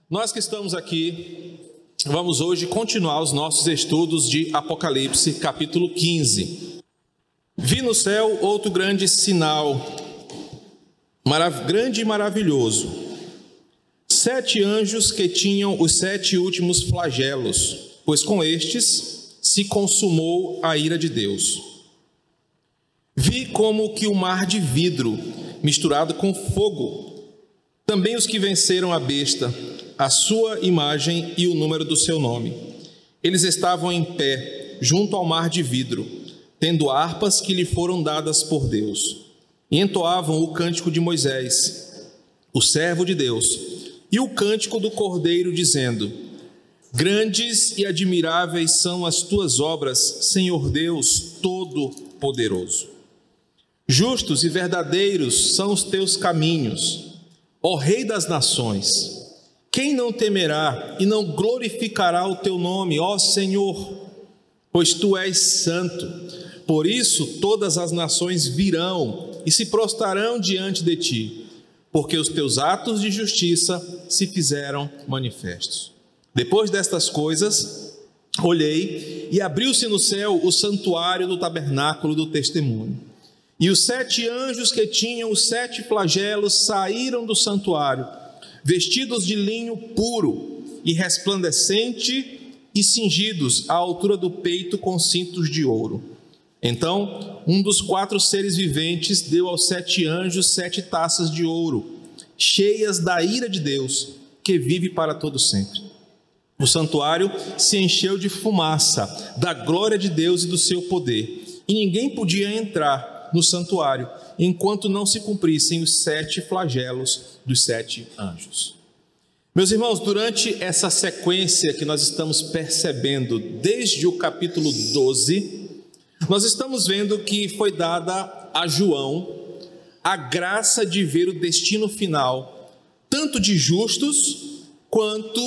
Nós que estamos aqui, vamos hoje continuar os nossos estudos de Apocalipse, capítulo 15. Vi no céu outro grande sinal, grande e maravilhoso. 7 anjos que tinham os 7 últimos flagelos, pois com estes se consumou a ira de Deus. Vi como que o mar de vidro misturado com fogo. Também os que venceram a besta, a sua imagem e o número do seu nome. Eles estavam em pé, junto ao mar de vidro, tendo harpas que lhe foram dadas por Deus. E entoavam o cântico de Moisés, o servo de Deus, e o cântico do Cordeiro, dizendo: Grandes e admiráveis são as tuas obras, Senhor Deus Todo-Poderoso. Justos e verdadeiros são os teus caminhos, ó Rei das nações. Quem não temerá e não glorificará o teu nome, ó Senhor? Pois tu és santo. Por isso todas as nações virão e se prostrarão diante de ti, porque os teus atos de justiça se fizeram manifestos. Depois destas coisas, olhei e abriu-se no céu o santuário do tabernáculo do testemunho. E os 7 anjos que tinham os 7 flagelos saíram do santuário, vestidos de linho puro e resplandecente e cingidos à altura do peito com cintos de ouro. Então, um dos 4 seres viventes deu aos 7 anjos 7 taças de ouro, cheias da ira de Deus, que vive para todo sempre. O santuário se encheu de fumaça, da glória de Deus e do seu poder, e ninguém podia entrar no santuário, enquanto não se cumprissem os 7 flagelos dos 7 anjos. Meus irmãos, durante essa sequência que nós estamos percebendo desde o capítulo 12, nós estamos vendo que foi dada a João a graça de ver o destino final, tanto de justos quanto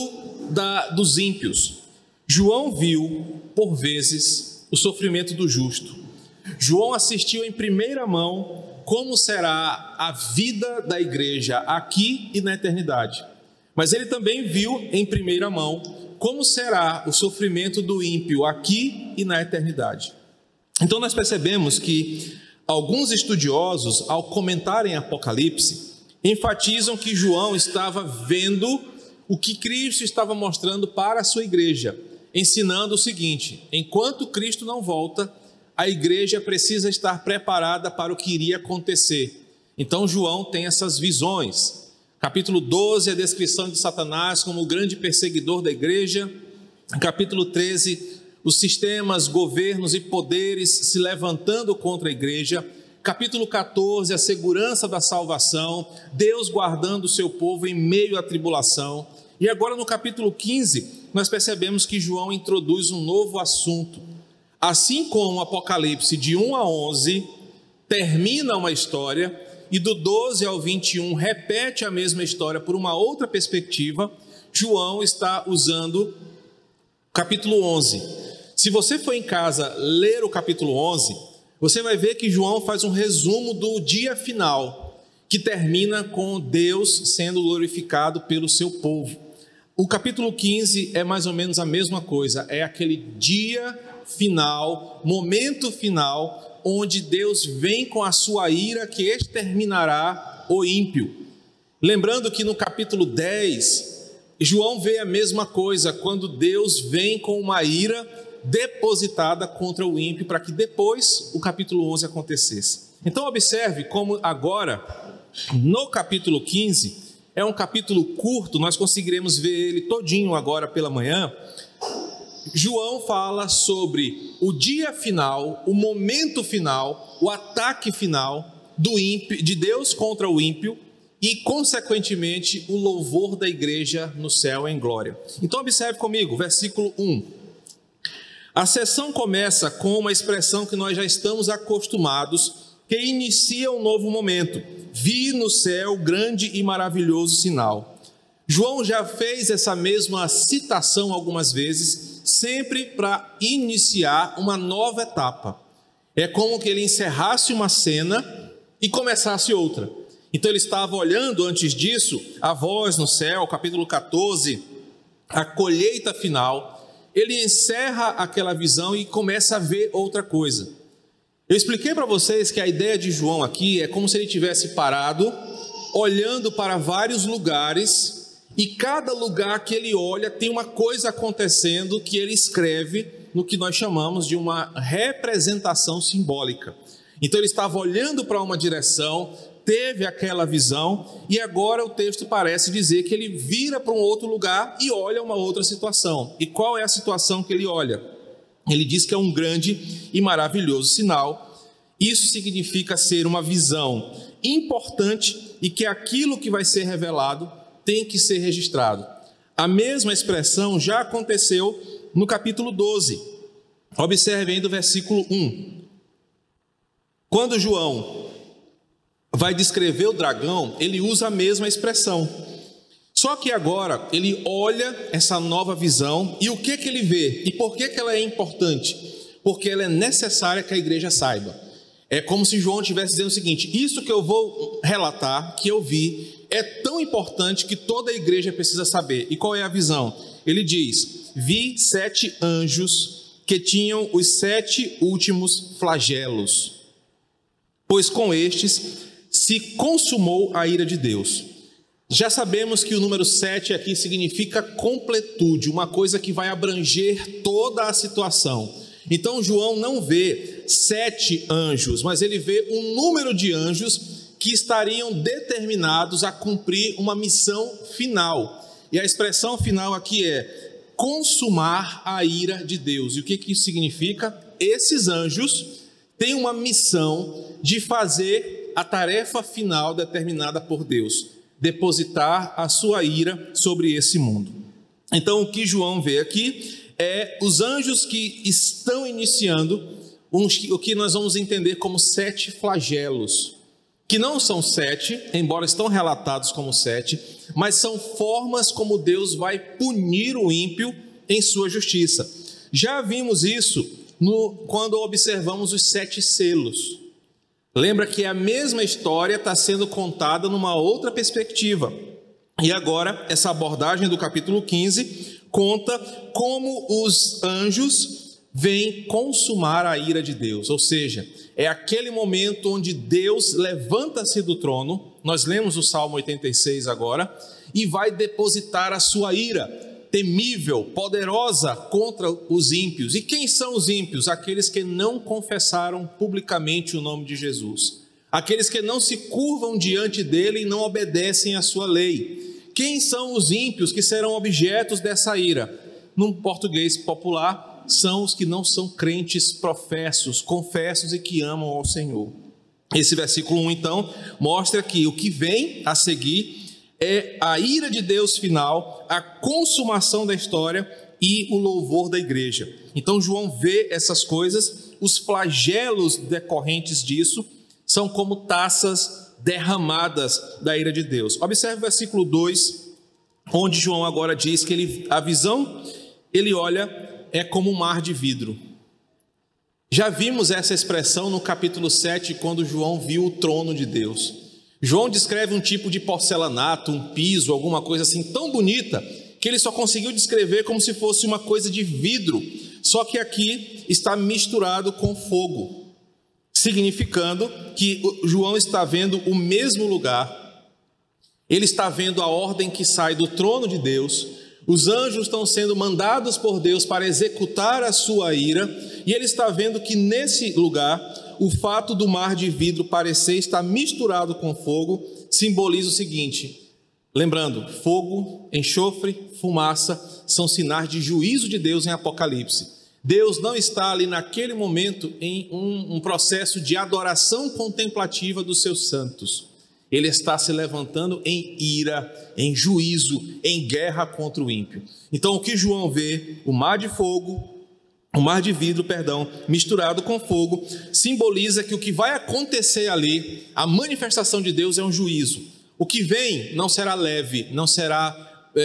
dos ímpios. João viu, por vezes, o sofrimento do justo. João assistiu em primeira mão como será a vida da igreja aqui e na eternidade. Mas ele também viu em primeira mão como será o sofrimento do ímpio aqui e na eternidade. Então nós percebemos que alguns estudiosos, ao comentarem Apocalipse, enfatizam que João estava vendo o que Cristo estava mostrando para a sua igreja, ensinando o seguinte: enquanto Cristo não volta, a igreja precisa estar preparada para o que iria acontecer. Então João tem essas visões. Capítulo 12, a descrição de Satanás como o grande perseguidor da igreja. Capítulo 13, os sistemas, governos e poderes se levantando contra a igreja. Capítulo 14, a segurança da salvação, Deus guardando o seu povo em meio à tribulação. E agora no capítulo 15, nós percebemos que João introduz um novo assunto. Assim como o Apocalipse de 1 a 11 termina uma história, e do 12 ao 21 repete a mesma história por uma outra perspectiva, João está usando o capítulo 11. Se você for em casa ler o capítulo 11, você vai ver que João faz um resumo do dia final, que termina com Deus sendo glorificado pelo seu povo. O capítulo 15 é mais ou menos a mesma coisa, é aquele dia final, momento final, onde Deus vem com a sua ira que exterminará o ímpio. Lembrando que no capítulo 10, João vê a mesma coisa, quando Deus vem com uma ira depositada contra o ímpio, para que depois o capítulo 11 acontecesse. Então observe como agora, no capítulo 15, é um capítulo curto, nós conseguiremos ver ele todinho agora pela manhã. João fala sobre o dia final, o momento final, o ataque final do ímpio, de Deus contra o ímpio e, consequentemente, o louvor da igreja no céu em glória. Então observe comigo, versículo 1. A sessão começa com uma expressão que nós já estamos acostumados, que inicia um novo momento. Vi no céu grande e maravilhoso sinal. João já fez essa mesma citação algumas vezes, sempre para iniciar uma nova etapa. É como que ele encerrasse uma cena e começasse outra. Então ele estava olhando antes disso a voz no céu, capítulo 14, a colheita final. Ele encerra aquela visão e começa a ver outra coisa. Eu expliquei para vocês que a ideia de João aqui é como se ele tivesse parado, olhando para vários lugares, e cada lugar que ele olha tem uma coisa acontecendo que ele escreve no que nós chamamos de uma representação simbólica. Então ele estava olhando para uma direção, teve aquela visão, e agora o texto parece dizer que ele vira para um outro lugar e olha uma outra situação. E qual é a situação que ele olha? Ele diz que é um grande e maravilhoso sinal. Isso significa ser uma visão importante e que aquilo que vai ser revelado tem que ser registrado. A mesma expressão já aconteceu no capítulo 12. Observe aí do versículo 1. Quando João vai descrever o dragão, ele usa a mesma expressão. Só que agora ele olha essa nova visão e o que ele vê? E por que ela é importante? Porque ela é necessária que a igreja saiba. É como se João estivesse dizendo o seguinte: isso que eu vou relatar, que eu vi, é tão importante que toda a igreja precisa saber. E qual é a visão? Ele diz: vi 7 anjos que tinham os 7 últimos flagelos, pois com estes se consumou a ira de Deus. Já sabemos que o número 7 aqui significa completude, uma coisa que vai abranger toda a situação. Então João não vê 7 anjos, mas ele vê um número de anjos que estariam determinados a cumprir uma missão final. E a expressão final aqui é consumar a ira de Deus. E o que isso significa? Esses anjos têm uma missão de fazer a tarefa final determinada por Deus: depositar a sua ira sobre esse mundo. Então o que João vê aqui é os anjos que estão iniciando o que nós vamos entender como 7 flagelos, que não são 7, embora estão relatados como 7, mas são formas como Deus vai punir o ímpio em sua justiça. Já vimos isso quando observamos os 7 selos. Lembra que a mesma história está sendo contada numa outra perspectiva. E agora, essa abordagem do capítulo 15 conta como os anjos vêm consumar a ira de Deus. Ou seja, é aquele momento onde Deus levanta-se do trono, nós lemos o Salmo 86 agora, e vai depositar a sua ira temível, poderosa contra os ímpios. E quem são os ímpios? Aqueles que não confessaram publicamente o nome de Jesus. Aqueles que não se curvam diante dele e não obedecem à sua lei. Quem são os ímpios que serão objetos dessa ira? No português popular, são os que não são crentes professos, confessos e que amam ao Senhor. Esse versículo 1, então, mostra que o que vem a seguir é a ira de Deus final, a consumação da história e o louvor da igreja. Então João vê essas coisas, os flagelos decorrentes disso são como taças derramadas da ira de Deus. Observe o versículo 2, onde João agora diz que a visão, ele olha, é como um mar de vidro. Já vimos essa expressão no capítulo 7, quando João viu o trono de Deus. João descreve um tipo de porcelanato, um piso, alguma coisa assim tão bonita, que ele só conseguiu descrever como se fosse uma coisa de vidro, só que aqui está misturado com fogo, significando que João está vendo o mesmo lugar, ele está vendo a ordem que sai do trono de Deus, os anjos estão sendo mandados por Deus para executar a sua ira, e ele está vendo que nesse lugar, o fato do mar de vidro parecer estar misturado com fogo, simboliza o seguinte, lembrando, fogo, enxofre, fumaça, são sinais de juízo de Deus em Apocalipse. Deus não está ali naquele momento em um processo de adoração contemplativa dos seus santos. Ele está se levantando em ira, em juízo, em guerra contra o ímpio. Então o que João vê, o mar de vidro, misturado com fogo, simboliza que o que vai acontecer ali, a manifestação de Deus é um juízo. O que vem não será leve, não será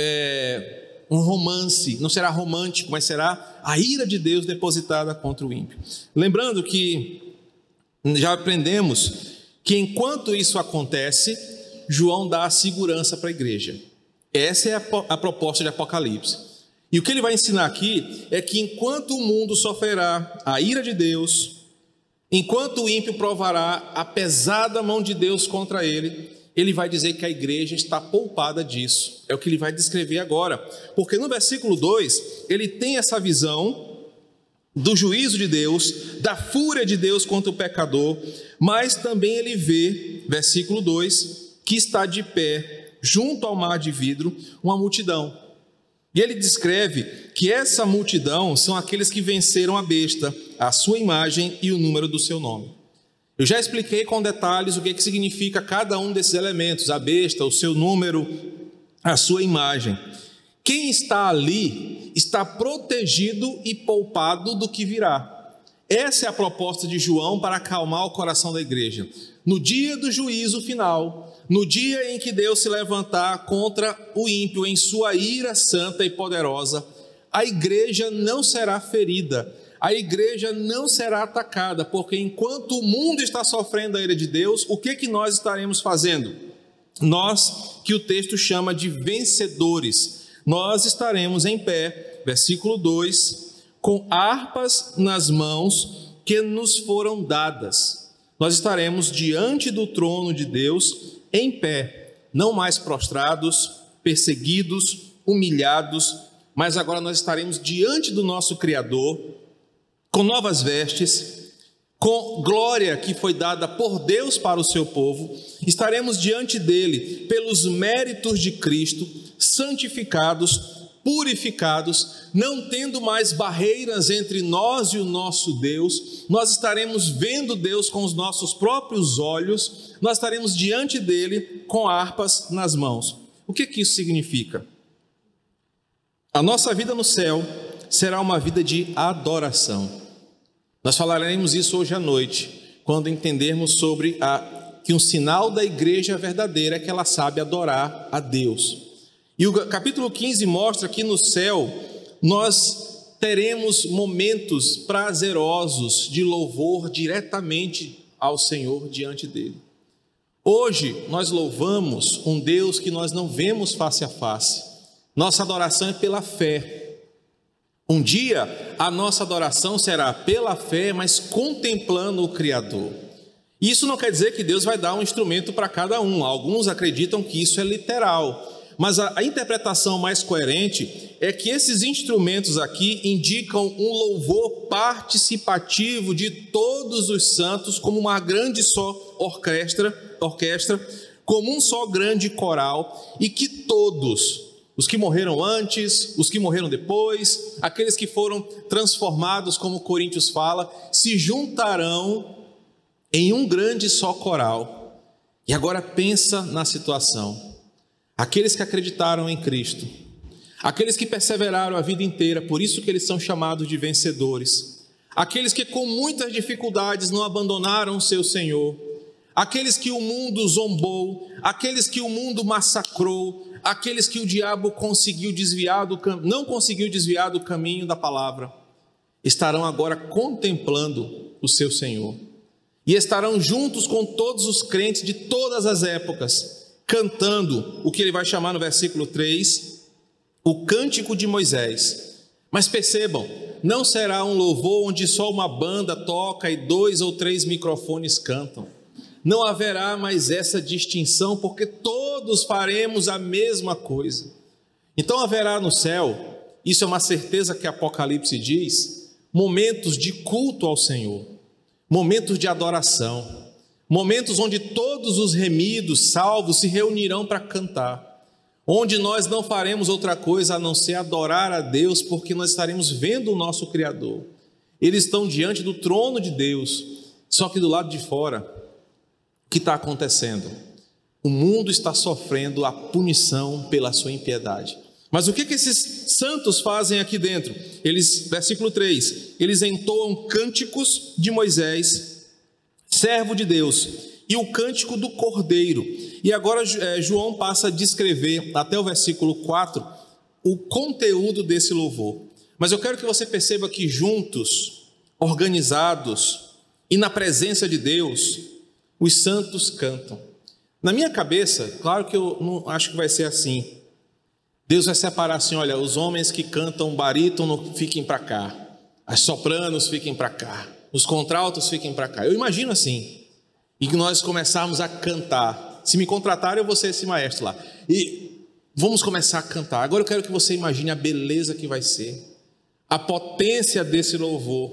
um romance, não será romântico, mas será a ira de Deus depositada contra o ímpio. Lembrando que já aprendemos que enquanto isso acontece, João dá a segurança para a igreja. Essa é a proposta de Apocalipse. E o que ele vai ensinar aqui é que enquanto o mundo sofrerá a ira de Deus, enquanto o ímpio provará a pesada mão de Deus contra ele, ele vai dizer que a igreja está poupada disso. É o que ele vai descrever agora. Porque no versículo 2, ele tem essa visão do juízo de Deus, da fúria de Deus contra o pecador, mas também ele vê, versículo 2, que está de pé, junto ao mar de vidro, uma multidão. E ele descreve que essa multidão são aqueles que venceram a besta, a sua imagem e o número do seu nome. Eu já expliquei com detalhes o que significa cada um desses elementos, a besta, o seu número, a sua imagem. Quem está ali está protegido e poupado do que virá. Essa é a proposta de João para acalmar o coração da igreja. No dia do juízo final, no dia em que Deus se levantar contra o ímpio em sua ira santa e poderosa, a igreja não será ferida, a igreja não será atacada, porque enquanto o mundo está sofrendo a ira de Deus, o que nós estaremos fazendo? Nós, que o texto chama de vencedores, nós estaremos em pé, versículo 2, com harpas nas mãos que nos foram dadas. Nós estaremos diante do trono de Deus, em pé, não mais prostrados, perseguidos, humilhados, mas agora nós estaremos diante do nosso Criador, com novas vestes, com glória que foi dada por Deus para o seu povo, estaremos diante dele pelos méritos de Cristo, santificados, purificados, não tendo mais barreiras entre nós e o nosso Deus, nós estaremos vendo Deus com os nossos próprios olhos, nós estaremos diante dele com harpas nas mãos. O que isso significa? A nossa vida no céu será uma vida de adoração. Nós falaremos isso hoje à noite, quando entendermos sobre que um sinal da igreja verdadeira é que ela sabe adorar a Deus. E o capítulo 15 mostra que no céu nós teremos momentos prazerosos de louvor diretamente ao Senhor diante dele. Hoje nós louvamos um Deus que nós não vemos face a face. Nossa adoração é pela fé. Um dia a nossa adoração será pela fé, mas contemplando o Criador. Isso não quer dizer que Deus vai dar um instrumento para cada um. Alguns acreditam que isso é literal. Mas a interpretação mais coerente é que esses instrumentos aqui indicam um louvor participativo de todos os santos, como uma grande só orquestra, como um só grande coral, e que todos, os que morreram antes, os que morreram depois, aqueles que foram transformados, como Coríntios fala, se juntarão em um grande só coral. E agora pensa na situação. Aqueles que acreditaram em Cristo, aqueles que perseveraram a vida inteira, por isso que eles são chamados de vencedores, aqueles que com muitas dificuldades não abandonaram o seu Senhor, aqueles que o mundo zombou, aqueles que o mundo massacrou, aqueles que o diabo não conseguiu desviar do caminho da palavra, estarão agora contemplando o seu Senhor, e estarão juntos com todos os crentes de todas as épocas, cantando o que ele vai chamar no versículo 3, o cântico de Moisés. Mas percebam, não será um louvor onde só uma banda toca e 2 ou 3 microfones cantam. Não haverá mais essa distinção, porque todos faremos a mesma coisa. Então haverá no céu, isso é uma certeza que Apocalipse diz, momentos de culto ao Senhor, momentos de adoração, momentos onde todos os remidos, salvos, se reunirão para cantar, onde nós não faremos outra coisa a não ser adorar a Deus, porque nós estaremos vendo o nosso Criador. Eles estão diante do trono de Deus, só que do lado de fora, o que está acontecendo? O mundo está sofrendo a punição pela sua impiedade. Mas o que esses santos fazem aqui dentro? Versículo 3, eles entoam cânticos de Moisés, servo de Deus, e o cântico do Cordeiro. E agora João passa a descrever, até o versículo 4, o conteúdo desse louvor. Mas eu quero que você perceba que juntos, organizados e na presença de Deus, os santos cantam. Na minha cabeça, claro que eu não acho que vai ser assim. Deus vai separar assim, olha, os homens que cantam barítono fiquem para cá, as sopranos fiquem para cá, os contraltos fiquem para cá. Eu imagino assim, e que nós começarmos a cantar. Se me contratarem, eu vou ser esse maestro lá. E vamos começar a cantar. Agora eu quero que você imagine a beleza que vai ser, a potência desse louvor,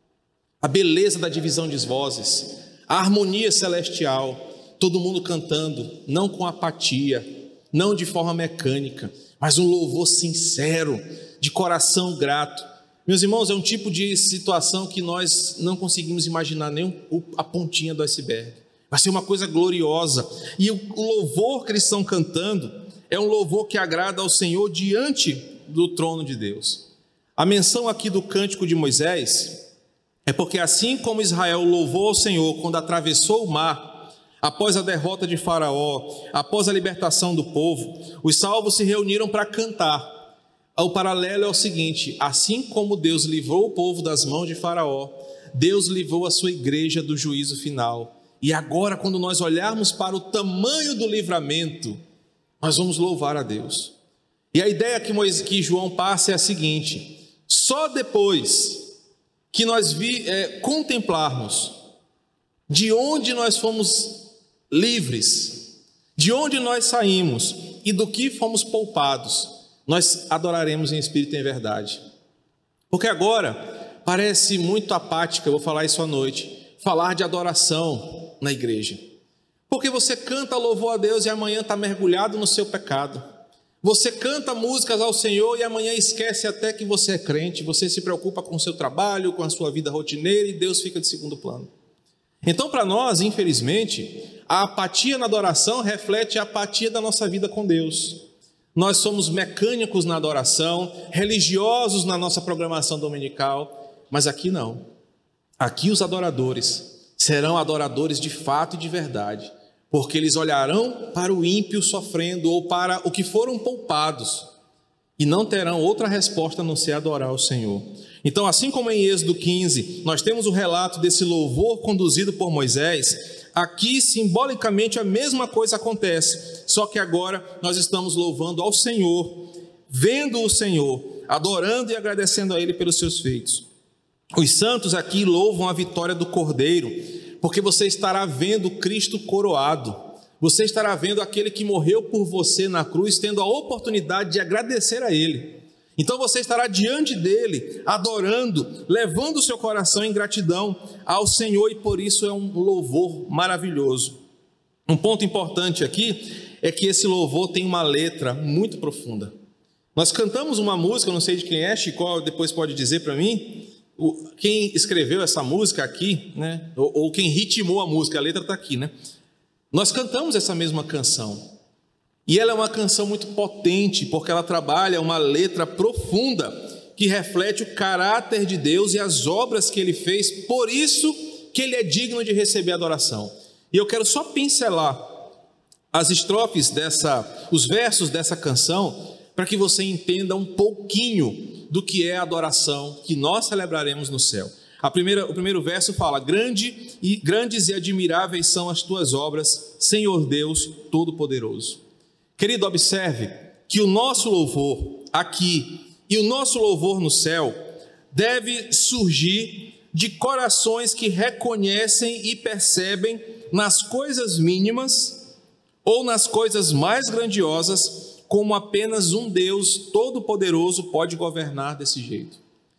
a beleza da divisão de vozes, a harmonia celestial, todo mundo cantando, não com apatia, não de forma mecânica, mas um louvor sincero, de coração grato. Meus irmãos, é um tipo de situação que nós não conseguimos imaginar nem a pontinha do iceberg. Vai ser uma coisa gloriosa. E o louvor que eles estão cantando é um louvor que agrada ao Senhor diante do trono de Deus. A menção aqui do cântico de Moisés é porque assim como Israel louvou ao Senhor quando atravessou o mar, após a derrota de Faraó, após a libertação do povo, os salvos se reuniram para cantar. O paralelo é o seguinte: assim como Deus livrou o povo das mãos de Faraó, Deus livrou a sua igreja do juízo final. E agora, quando nós olharmos para o tamanho do livramento, nós vamos louvar a Deus. E a ideia que João passa é a seguinte: só depois que nós contemplarmos de onde nós fomos livres, de onde nós saímos e do que fomos poupados, nós adoraremos em espírito e em verdade. Porque agora parece muito apática, eu vou falar isso à noite, falar de adoração na igreja. Porque você canta louvor a Deus e amanhã está mergulhado no seu pecado. Você canta músicas ao Senhor e amanhã esquece até que você é crente, você se preocupa com o seu trabalho, com a sua vida rotineira e Deus fica de segundo plano. Então, para nós, infelizmente, a apatia na adoração reflete a apatia da nossa vida com Deus. Nós somos mecânicos na adoração, religiosos na nossa programação dominical, mas aqui não. Aqui os adoradores serão adoradores de fato e de verdade, porque eles olharão para o ímpio sofrendo ou para o que foram poupados e não terão outra resposta a não ser adorar o Senhor. Então, assim como em Êxodo 15, nós temos o relato desse louvor conduzido por Moisés, aqui simbolicamente a mesma coisa acontece, só que agora nós estamos louvando ao Senhor, vendo o Senhor, adorando e agradecendo a Ele pelos seus feitos. Os santos aqui louvam a vitória do Cordeiro, porque você estará vendo Cristo coroado, você estará vendo aquele que morreu por você na cruz, tendo a oportunidade de agradecer a Ele. Então você estará diante dele, adorando, levando o seu coração em gratidão ao Senhor, e por isso é um louvor maravilhoso. Um ponto importante aqui é que esse louvor tem uma letra muito profunda. Nós cantamos uma música, não sei de quem é, Chico depois pode dizer para mim, quem escreveu essa música aqui, né? Ou quem ritmou a música, a letra está aqui, né? Nós cantamos essa mesma canção. E ela é uma canção muito potente, porque ela trabalha uma letra profunda, que reflete o caráter de Deus e as obras que Ele fez, por isso que Ele é digno de receber adoração. E eu quero só pincelar as estrofes os versos dessa canção, para que você entenda um pouquinho do que é a adoração que nós celebraremos no céu. O primeiro verso fala: grandes e admiráveis são as tuas obras, Senhor Deus Todo-Poderoso. Querido, observe que o nosso louvor aqui e o nosso louvor no céu deve surgir de corações que reconhecem e percebem nas coisas mínimas ou nas coisas mais grandiosas como apenas um Deus todo-poderoso pode governar desse jeito.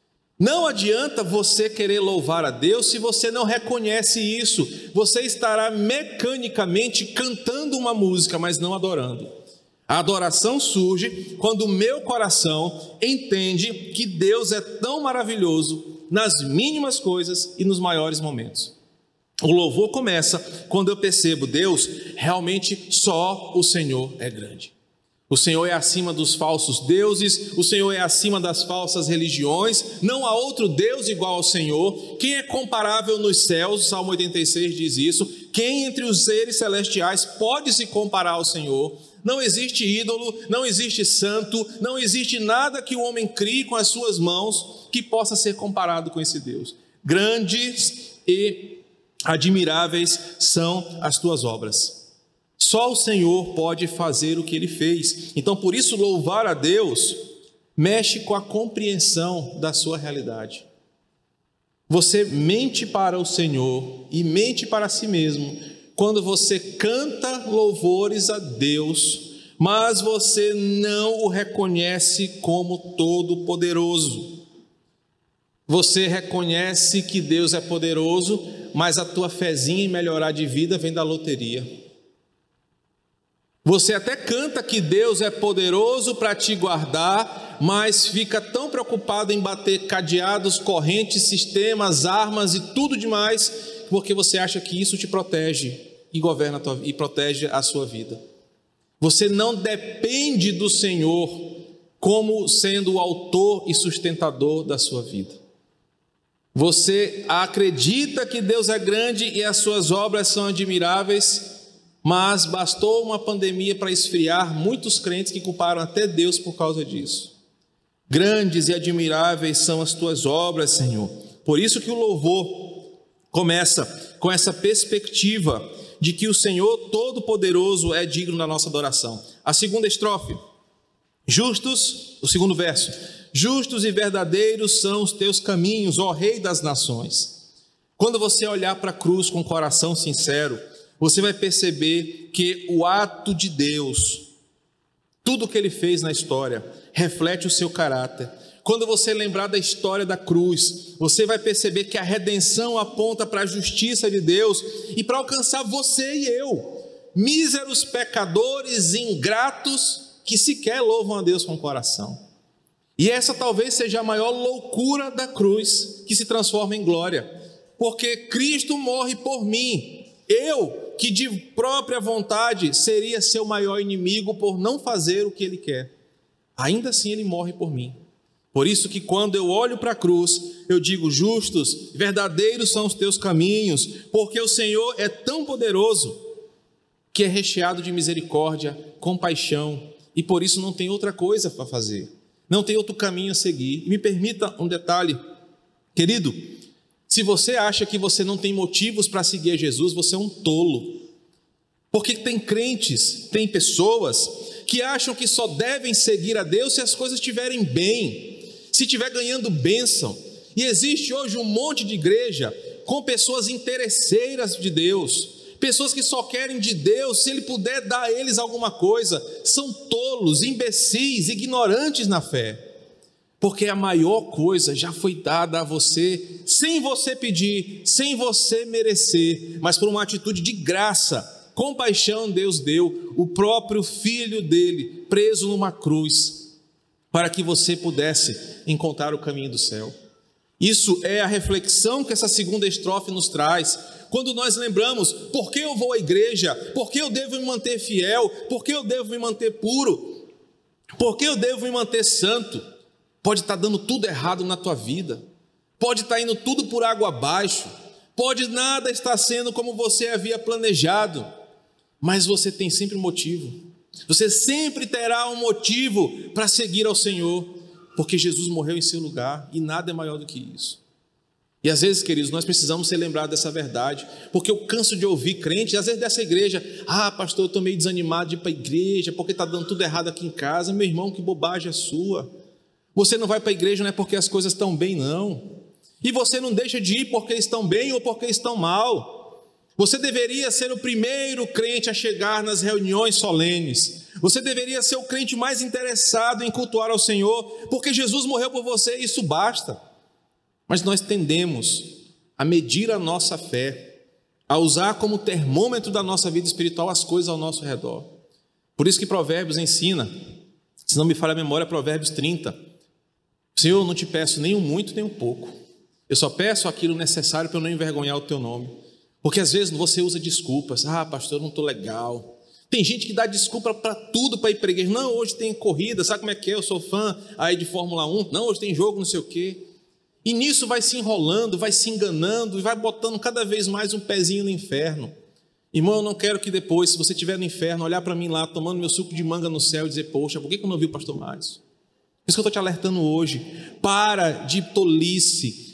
Não adianta você querer louvar a Deus se você não reconhece isso. Você estará mecanicamente cantando uma música, mas não adorando. A adoração surge quando o meu coração entende que Deus é tão maravilhoso nas mínimas coisas e nos maiores momentos. O louvor começa quando eu percebo: Deus, realmente só o Senhor é grande. O Senhor é acima dos falsos deuses, o Senhor é acima das falsas religiões, não há outro Deus igual ao Senhor. Quem é comparável nos céus? Salmo 86 diz isso. Quem entre os seres celestiais pode se comparar ao Senhor? Não existe ídolo, não existe santo, não existe nada que o homem crie com as suas mãos que possa ser comparado com esse Deus. Grandes e admiráveis são as tuas obras. Só o Senhor pode fazer o que Ele fez. Então, por isso, louvar a Deus mexe com a compreensão da sua realidade. Você mente para o Senhor e mente para si mesmo quando você canta louvores a Deus, mas você não o reconhece como todo-poderoso. Você reconhece que Deus é poderoso, mas a tua fezinha em melhorar de vida vem da loteria. Você até canta que Deus é poderoso para te guardar, mas fica tão preocupado em bater cadeados, correntes, sistemas, armas e tudo demais, porque você acha que isso te protege e governa e protege a sua vida. Você não depende do Senhor como sendo o autor e sustentador da sua vida. Você acredita que Deus é grande e as suas obras são admiráveis, mas bastou uma pandemia para esfriar muitos crentes que culparam até Deus por causa disso. Grandes e admiráveis são as tuas obras, Senhor. Por isso que o louvor começa com essa perspectiva de que o Senhor Todo-Poderoso é digno da nossa adoração. A segunda estrofe, o segundo verso, justos e verdadeiros são os teus caminhos, ó Rei das nações. Quando você olhar para a cruz com o coração sincero, você vai perceber que o ato de Deus, tudo o que Ele fez na história, reflete o seu caráter. Quando você lembrar da história da cruz, você vai perceber que a redenção aponta para a justiça de Deus e para alcançar você e eu, míseros pecadores ingratos que sequer louvam a Deus com o coração. E essa talvez seja a maior loucura da cruz, que se transforma em glória, porque Cristo morre por mim. Eu, que de própria vontade seria seu maior inimigo por não fazer o que Ele quer, ainda assim Ele morre por mim. Por isso que quando eu olho para a cruz, eu digo: justos, verdadeiros são os teus caminhos, porque o Senhor é tão poderoso que é recheado de misericórdia, compaixão, e por isso não tem outra coisa para fazer, não tem outro caminho a seguir. E me permita um detalhe, querido: se você acha que você não tem motivos para seguir a Jesus, você é um tolo. Porque tem crentes, tem pessoas que acham que só devem seguir a Deus se as coisas estiverem bem, se estiver ganhando bênção. E existe hoje um monte de igreja com pessoas interesseiras de Deus, pessoas que só querem de Deus se Ele puder dar a eles alguma coisa. São tolos, imbecis, ignorantes na fé. Porque a maior coisa já foi dada a você, sem você pedir, sem você merecer, mas por uma atitude de graça, compaixão. Deus deu o próprio Filho dele, preso numa cruz, para que você pudesse encontrar o caminho do céu. Isso é a reflexão que essa segunda estrofe nos traz, quando nós lembramos: por que eu vou à igreja? Por que eu devo me manter fiel? Por que eu devo me manter puro? Por que eu devo me manter santo? Pode estar dando tudo errado na tua vida, pode estar indo tudo por água abaixo, pode nada estar sendo como você havia planejado, mas você tem sempre um motivo, você sempre terá um motivo para seguir ao Senhor, porque Jesus morreu em seu lugar e nada é maior do que isso. E às vezes, queridos, nós precisamos ser lembrados dessa verdade, porque eu canso de ouvir crentes, às vezes dessa igreja: ah, pastor, eu estou meio desanimado de ir para a igreja, porque está dando tudo errado aqui em casa. Meu irmão, que bobagem é sua. Você não vai para a igreja não é porque as coisas estão bem, não. E você não deixa de ir porque estão bem ou porque estão mal. Você deveria ser o primeiro crente a chegar nas reuniões solenes. Você deveria ser o crente mais interessado em cultuar ao Senhor, porque Jesus morreu por você, isso basta. Mas nós tendemos a medir a nossa fé, a usar como termômetro da nossa vida espiritual as coisas ao nosso redor. Por isso que Provérbios ensina, se não me falha a memória, Provérbios 30. Senhor, eu não te peço nem o muito nem o pouco, eu só peço aquilo necessário para eu não envergonhar o teu nome. Porque às vezes você usa desculpas: ah, pastor, eu não estou legal. Tem gente que dá desculpa para tudo para ir para a igreja. Não, hoje tem corrida, sabe como é que é? Eu sou fã aí de Fórmula 1. Não, hoje tem jogo, não sei o quê. E nisso vai se enrolando, vai se enganando e vai botando cada vez mais um pezinho no inferno. Irmão, eu não quero que depois, se você estiver no inferno, olhar para mim lá, tomando meu suco de manga no céu e dizer: poxa, por que eu não ouvi o pastor Mário? Por isso que eu estou te alertando hoje: para de tolice,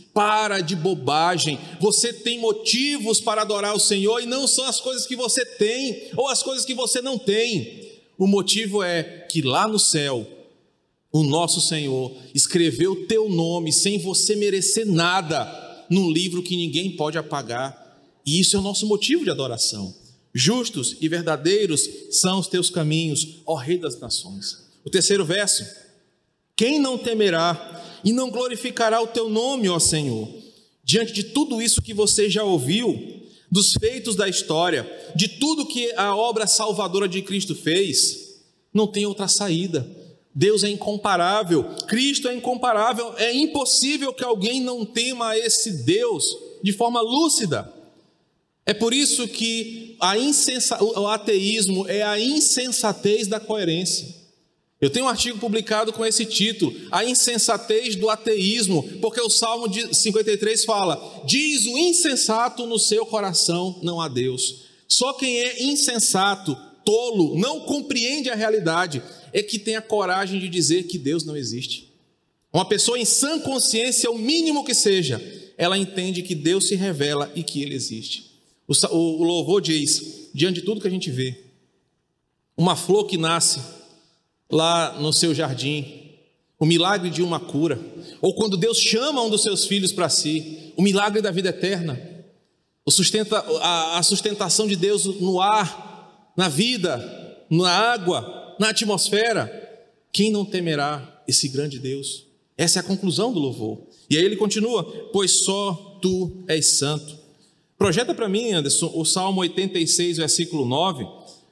Para de bobagem. Você tem motivos para adorar o Senhor e não são as coisas que você tem ou as coisas que você não tem. O motivo é que lá no céu, o nosso Senhor escreveu o teu nome sem você merecer nada, num livro que ninguém pode apagar. E isso é o nosso motivo de adoração. Justos e verdadeiros são os teus caminhos, ó Rei das nações. O terceiro verso: quem não temerá e não glorificará o teu nome, ó Senhor? Diante de tudo isso que você já ouviu, dos feitos da história, de tudo que a obra salvadora de Cristo fez, não tem outra saída. Deus é incomparável, Cristo é incomparável, é impossível que alguém não tema a esse Deus de forma lúcida. É por isso que o ateísmo é a insensatez da coerência. Eu tenho um artigo publicado com esse título, A Insensatez do Ateísmo, porque o Salmo 53 fala: diz o insensato no seu coração, não há Deus. Só quem é insensato, tolo, não compreende a realidade, é que tem a coragem de dizer que Deus não existe. Uma pessoa em sã consciência, o mínimo que seja, ela entende que Deus se revela e que Ele existe. O louvor diz, diante de tudo que a gente vê, uma flor que nasce lá no seu jardim, o milagre de uma cura, ou quando Deus chama um dos seus filhos para si, o milagre da vida eterna, a sustentação de Deus no ar, na vida, na água, na atmosfera. Quem não temerá esse grande Deus? Essa é a conclusão do louvor. E aí ele continua: pois só tu és santo. Projeta para mim, Anderson, o Salmo 86, versículo 9,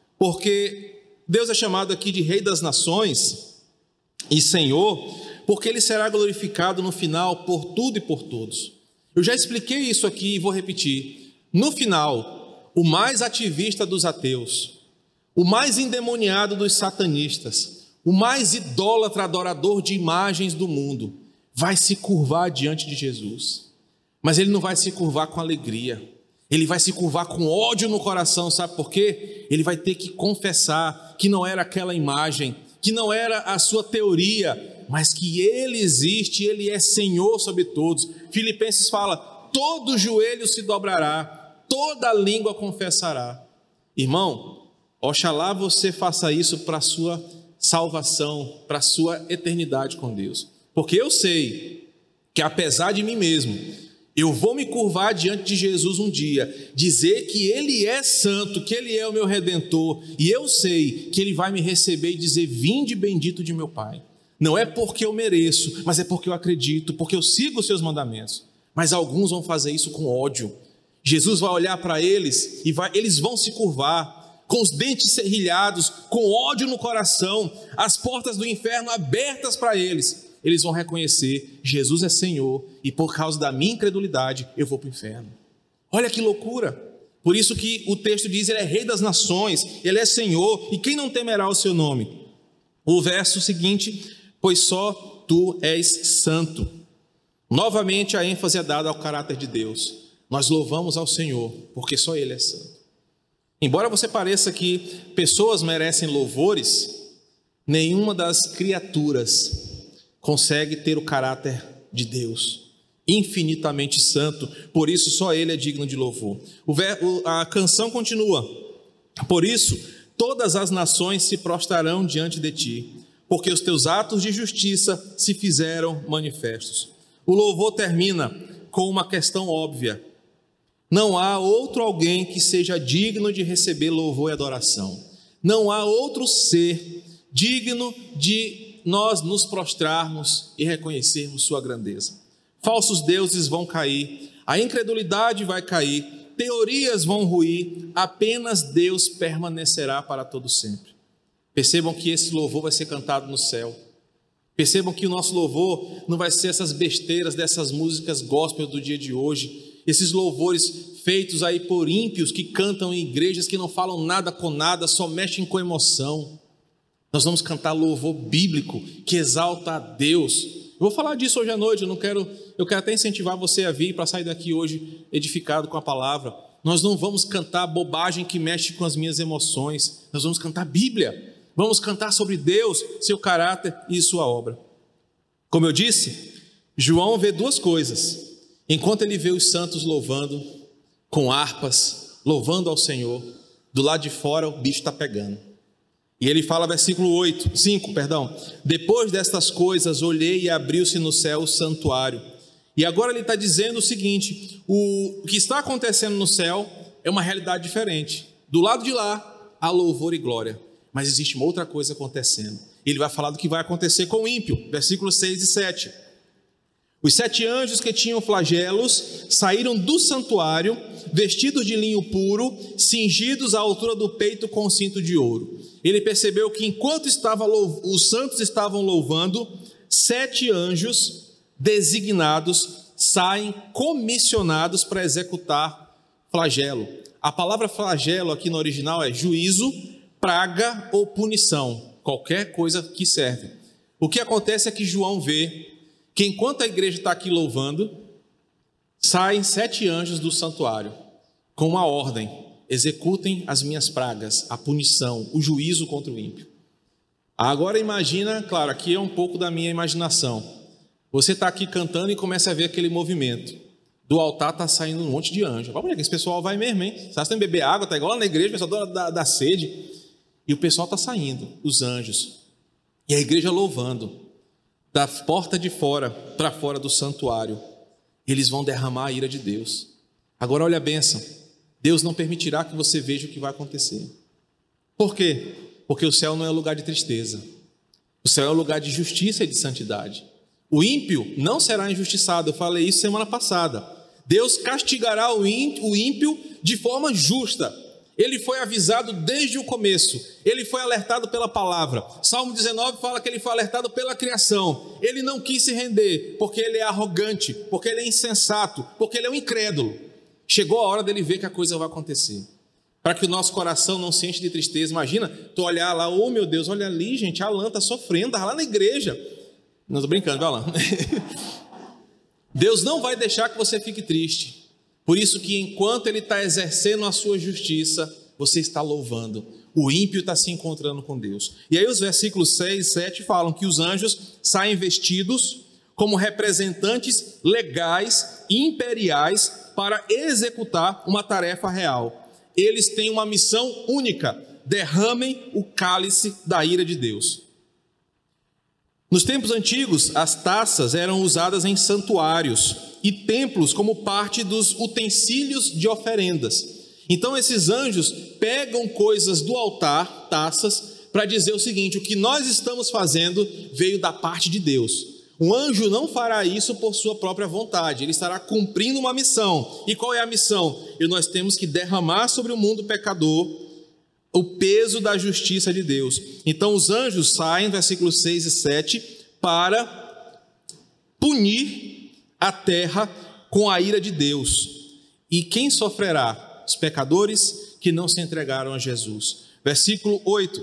porque Deus é chamado aqui de Rei das Nações e Senhor, porque Ele será glorificado no final por tudo e por todos. Eu já expliquei isso aqui e vou repetir. No final, o mais ativista dos ateus, o mais endemoniado dos satanistas, o mais idólatra adorador de imagens do mundo, vai se curvar diante de Jesus. Mas ele não vai se curvar com alegria. Ele vai se curvar com ódio no coração, sabe por quê? Ele vai ter que confessar que não era aquela imagem, que não era a sua teoria, mas que Ele existe, Ele é Senhor sobre todos. Filipenses fala: todo joelho se dobrará, toda língua confessará. Irmão, oxalá você faça isso para a sua salvação, para a sua eternidade com Deus. Porque eu sei que apesar de mim mesmo, eu vou me curvar diante de Jesus um dia, dizer que Ele é santo, que Ele é o meu Redentor, e eu sei que Ele vai me receber e dizer: vinde bendito de meu Pai. Não é porque eu mereço, mas é porque eu acredito, porque eu sigo os seus mandamentos. Mas alguns vão fazer isso com ódio. Jesus vai olhar para eles e eles vão se curvar, com os dentes serrilhados, com ódio no coração, as portas do inferno abertas para eles. Eles vão reconhecer: Jesus é Senhor, e por causa da minha incredulidade eu vou para o inferno. Olha que loucura! Por isso que o texto diz: Ele é Rei das nações, Ele é Senhor, e quem não temerá o seu nome? O verso seguinte: pois só tu és santo. Novamente a ênfase é dada ao caráter de Deus. Nós louvamos ao Senhor, porque só Ele é santo. Embora você pareça que pessoas merecem louvores, nenhuma das criaturas consegue ter o caráter de Deus, infinitamente santo, por isso só Ele é digno de louvor. A canção continua: por isso todas as nações se prostrarão diante de ti, porque os teus atos de justiça se fizeram manifestos. O louvor termina com uma questão óbvia: não há outro alguém que seja digno de receber louvor e adoração, não há outro ser digno de nós nos prostrarmos e reconhecermos sua grandeza. Falsos deuses vão cair, a incredulidade vai cair, teorias vão ruir, apenas Deus permanecerá para todo sempre. Percebam que esse louvor vai ser cantado no céu. Percebam que o nosso louvor não vai ser essas besteiras dessas músicas gospel do dia de hoje, esses louvores feitos aí por ímpios que cantam em igrejas que não falam nada com nada, só mexem com emoção. Nós vamos cantar louvor bíblico que exalta a Deus. Eu vou falar disso hoje à noite. Eu quero até incentivar você a vir para sair daqui hoje edificado com a palavra. Nós não vamos cantar bobagem que mexe com as minhas emoções. Nós vamos cantar Bíblia. Vamos cantar sobre Deus, seu caráter e sua obra. Como eu disse, João vê duas coisas. enquanto ele vê os santos louvando com harpas, louvando ao Senhor, do lado de fora o bicho está pegando. E ele fala, versículo 5, depois destas coisas olhei e abriu-se no céu o santuário. E agora ele está dizendo o seguinte, o que está acontecendo no céu é uma realidade diferente. Do lado de lá há louvor e glória, mas existe uma outra coisa acontecendo. Ele vai falar do que vai acontecer com o ímpio, versículos 6 e 7. Os 7 anjos que tinham flagelos saíram do santuário, vestidos de linho puro, cingidos à altura do peito com cinto de ouro. Ele percebeu que enquanto os santos estavam louvando, 7 anjos designados saem comissionados para executar flagelo. A palavra flagelo aqui no original é juízo, praga ou punição, qualquer coisa que serve. O que acontece é que João vê que enquanto a igreja está aqui louvando, saem 7 anjos do santuário com uma ordem: executem as minhas pragas, a punição, o juízo contra o ímpio. Agora imagina, claro, aqui é um pouco da minha imaginação. Você está aqui cantando e começa a ver aquele movimento. Do altar está saindo um monte de anjo. Olha que esse pessoal vai mesmo, hein? Você está beber água, está igual lá na igreja, o pessoal dá sede. E o pessoal está saindo, os anjos. E a igreja louvando. Da porta de fora para fora do santuário, eles vão derramar a ira de Deus. Agora olha a bênção, Deus não permitirá que você veja o que vai acontecer. Por quê? Porque o céu não é lugar de tristeza, o céu é lugar de justiça e de santidade. O ímpio não será injustiçado, eu falei isso semana passada. Deus castigará o ímpio de forma justa. Ele foi avisado desde o começo, ele foi alertado pela palavra. Salmo 19 fala que ele foi alertado pela criação. Ele não quis se render, porque ele é arrogante, porque ele é insensato, porque ele é um incrédulo. Chegou a hora dele ver que a coisa vai acontecer. Para que o nosso coração não se enche de tristeza. Imagina, tu olhar lá, oh meu Deus, olha ali gente, Alan está sofrendo, está lá na igreja. Não estou brincando, vai lá. Deus não vai deixar que você fique triste. Por isso que enquanto ele está exercendo a sua justiça, você está louvando. O ímpio está se encontrando com Deus. E aí os versículos 6 e 7 falam que os anjos saem vestidos como representantes legais e imperiais para executar uma tarefa real. Eles têm uma missão única: derramem o cálice da ira de Deus. Nos tempos antigos, as taças eram usadas em santuários e templos como parte dos utensílios de oferendas. Então esses anjos pegam coisas do altar, taças, para dizer o seguinte: o que nós estamos fazendo veio da parte de Deus. Um anjo não fará isso por sua própria vontade, ele estará cumprindo uma missão. E qual é a missão? E nós temos que derramar sobre o mundo pecador o peso da justiça de Deus. Então os anjos saem, versículos 6 e 7, para punir a terra com a ira de Deus. E quem sofrerá? Os pecadores que não se entregaram a Jesus. Versículo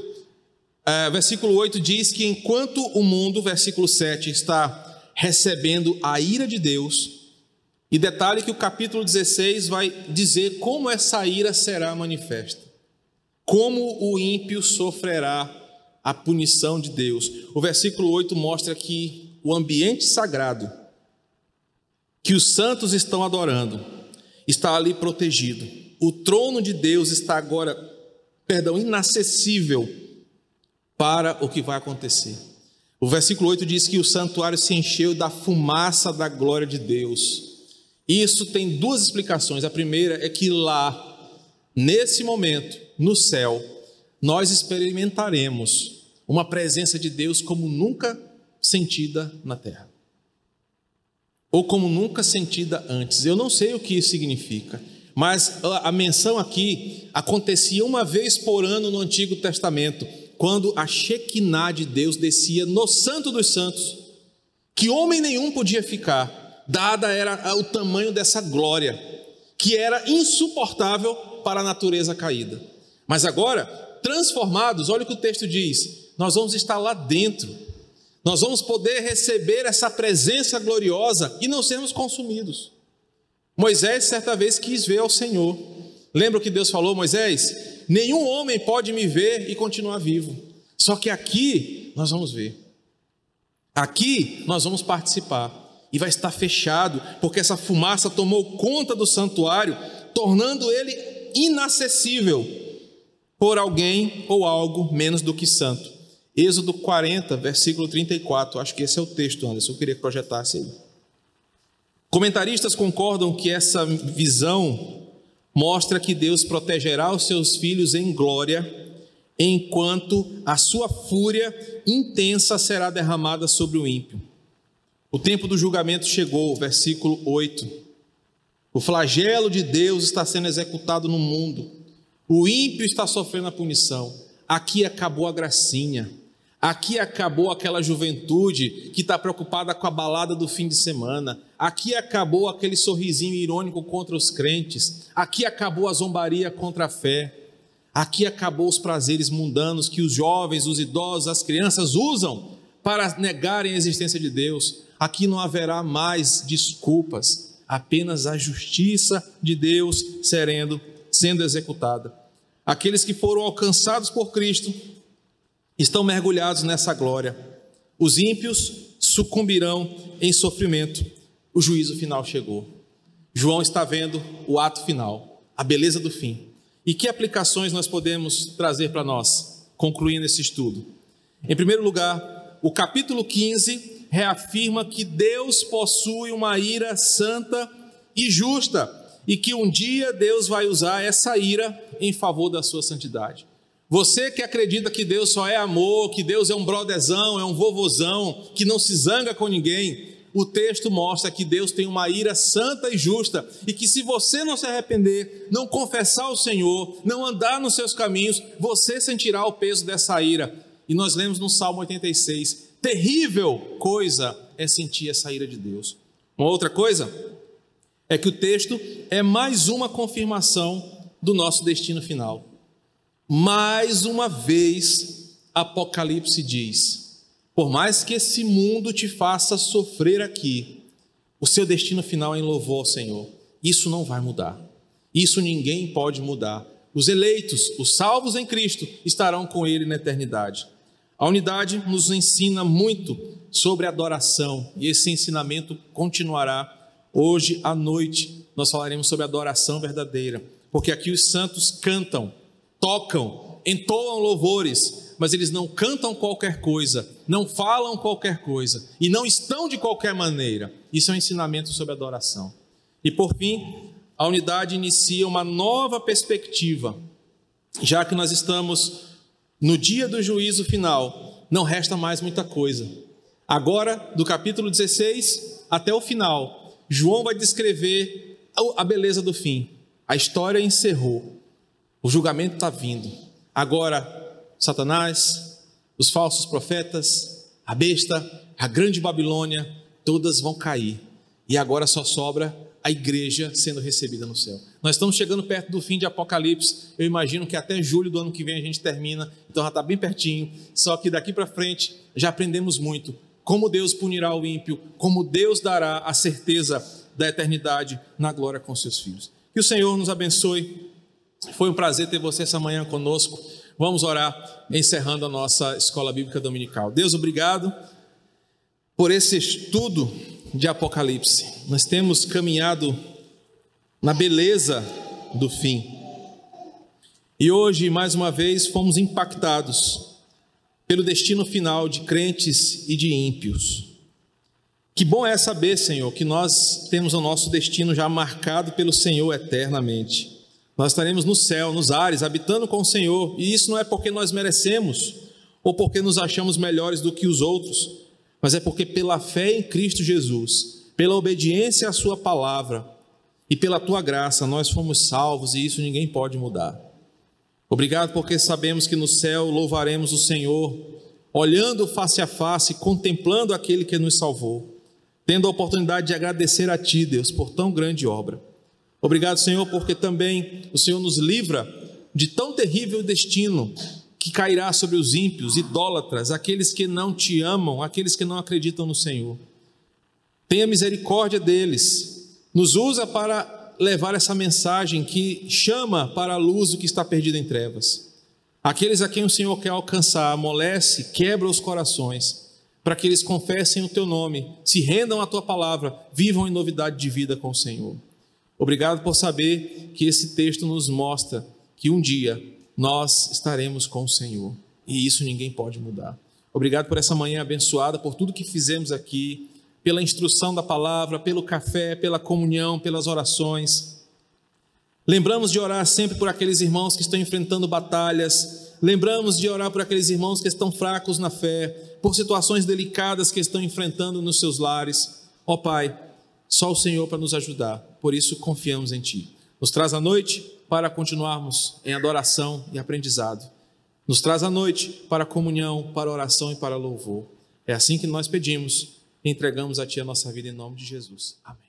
8 diz que enquanto o mundo, versículo 7, está recebendo a ira de Deus, e detalhe que o capítulo 16 vai dizer como essa ira será manifesta. Como o ímpio sofrerá a punição de Deus. O versículo 8 mostra que o ambiente sagrado que os santos estão adorando está ali protegido. O trono de Deus está agora, inacessível para o que vai acontecer. O versículo 8 diz que o santuário se encheu da fumaça da glória de Deus. Isso tem duas explicações. A primeira é que lá, nesse momento, no céu, nós experimentaremos uma presença de Deus como nunca sentida na terra, ou como nunca sentida antes. Eu não sei o que isso significa, mas a menção aqui acontecia uma vez por ano no Antigo Testamento, quando a Shekinah de Deus descia no Santo dos Santos, que homem nenhum podia ficar, dada era o tamanho dessa glória, que era insuportável para a natureza caída. Mas agora, transformados, olha o que o texto diz: nós vamos estar lá dentro, nós vamos poder receber essa presença gloriosa e não sermos consumidos. Moisés certa vez quis ver ao Senhor. Lembra o que Deus falou? Moisés, nenhum homem pode me ver e continuar vivo. Só que aqui nós vamos ver, aqui nós vamos participar. e vai estar fechado, porque essa fumaça tomou conta do santuário, tornando ele inacessível por alguém ou algo menos do que santo. Êxodo 40, versículo 34, acho que esse é o texto, Anderson, eu queria que projetasse aí. Comentaristas concordam que essa visão mostra que Deus protegerá os seus filhos em glória, enquanto a sua fúria intensa será derramada sobre o ímpio. O tempo do julgamento chegou, versículo 8. O flagelo de Deus está sendo executado no mundo. O ímpio está sofrendo a punição. Aqui acabou a gracinha. Aqui acabou aquela juventude que está preocupada com a balada do fim de semana. Aqui acabou aquele sorrisinho irônico contra os crentes. Aqui acabou a zombaria contra a fé. Aqui acabou os prazeres mundanos que os jovens, os idosos, as crianças usam para negarem a existência de Deus. Aqui não haverá mais desculpas, apenas a justiça de Deus sendo executada. Aqueles que foram alcançados por Cristo estão mergulhados nessa glória. Os ímpios sucumbirão em sofrimento. O juízo final chegou. João está vendo o ato final, a beleza do fim. E que aplicações nós podemos trazer para nós, concluindo esse estudo? Em primeiro lugar, o capítulo 15 reafirma que Deus possui uma ira santa e justa, e que um dia Deus vai usar essa ira em favor da sua santidade. Você que acredita que Deus só é amor, que Deus é um brotherzão, é um vovozão, que não se zanga com ninguém, o texto mostra que Deus tem uma ira santa e justa, e que se você não se arrepender, não confessar o Senhor, não andar nos seus caminhos, você sentirá o peso dessa ira. E nós lemos no Salmo 86, terrível coisa é sentir essa ira de Deus. Uma outra coisa é que o texto é mais uma confirmação do nosso destino final. Mais uma vez, Apocalipse diz: por mais que esse mundo te faça sofrer aqui, o seu destino final é em louvor ao Senhor. Isso não vai mudar. Isso ninguém pode mudar. Os eleitos, os salvos em Cristo, estarão com Ele na eternidade. A unidade nos ensina muito sobre adoração, e esse ensinamento continuará hoje à noite. Nós falaremos sobre adoração verdadeira, porque aqui os santos cantam, tocam, entoam louvores, mas eles não cantam qualquer coisa, não falam qualquer coisa e não estão de qualquer maneira. Isso é um ensinamento sobre adoração. E por fim, a unidade inicia uma nova perspectiva. Já que nós estamos no dia do juízo final, não resta mais muita coisa. Agora, do capítulo 16 até o final, João vai descrever a beleza do fim. A história encerrou, o julgamento está vindo. Agora, Satanás, os falsos profetas, a besta, a grande Babilônia, todas vão cair. E agora só sobra a igreja sendo recebida no céu. Nós estamos chegando perto do fim de Apocalipse. Eu imagino que até julho do ano que vem a gente termina. Então já está bem pertinho. Só que daqui para frente já aprendemos muito. Como Deus punirá o ímpio, como Deus dará a certeza da eternidade na glória com seus filhos. Que o Senhor nos abençoe. Foi um prazer ter você essa manhã conosco. Vamos orar encerrando a nossa escola bíblica dominical. Deus, obrigado por esse estudo de Apocalipse. Nós temos caminhado na beleza do fim. E hoje, mais uma vez, fomos impactados pelo destino final de crentes e de ímpios. Que bom é saber, Senhor, que nós temos o nosso destino já marcado pelo Senhor eternamente. Nós estaremos no céu, nos ares, habitando com o Senhor. E isso não é porque nós merecemos ou porque nos achamos melhores do que os outros, mas é porque pela fé em Cristo Jesus, pela obediência à sua palavra e pela tua graça, nós fomos salvos e isso ninguém pode mudar. Obrigado porque sabemos que no céu louvaremos o Senhor, olhando face a face, contemplando aquele que nos salvou, tendo a oportunidade de agradecer a ti, Deus, por tão grande obra. Obrigado, Senhor, porque também o Senhor nos livra de tão terrível destino que cairá sobre os ímpios, idólatras, aqueles que não te amam, aqueles que não acreditam no Senhor. Tenha misericórdia deles, nos usa para levar essa mensagem que chama para a luz o que está perdido em trevas. Aqueles a quem o Senhor quer alcançar, amolece, quebra os corações, para que eles confessem o Teu nome, se rendam à Tua palavra, vivam em novidade de vida com o Senhor. Obrigado por saber que esse texto nos mostra que um dia nós estaremos com o Senhor, e isso ninguém pode mudar. Obrigado por essa manhã abençoada, por tudo que fizemos aqui, pela instrução da palavra, pelo café, pela comunhão, pelas orações. Lembramos de orar sempre por aqueles irmãos que estão enfrentando batalhas, lembramos de orar por aqueles irmãos que estão fracos na fé, por situações delicadas que estão enfrentando nos seus lares. Ó Pai, só o Senhor para nos ajudar, por isso confiamos em Ti. Nos traz a noite para continuarmos em adoração e aprendizado. Nos traz a noite para comunhão, para oração e para louvor. É assim que nós pedimos e entregamos a Ti a nossa vida em nome de Jesus. Amém.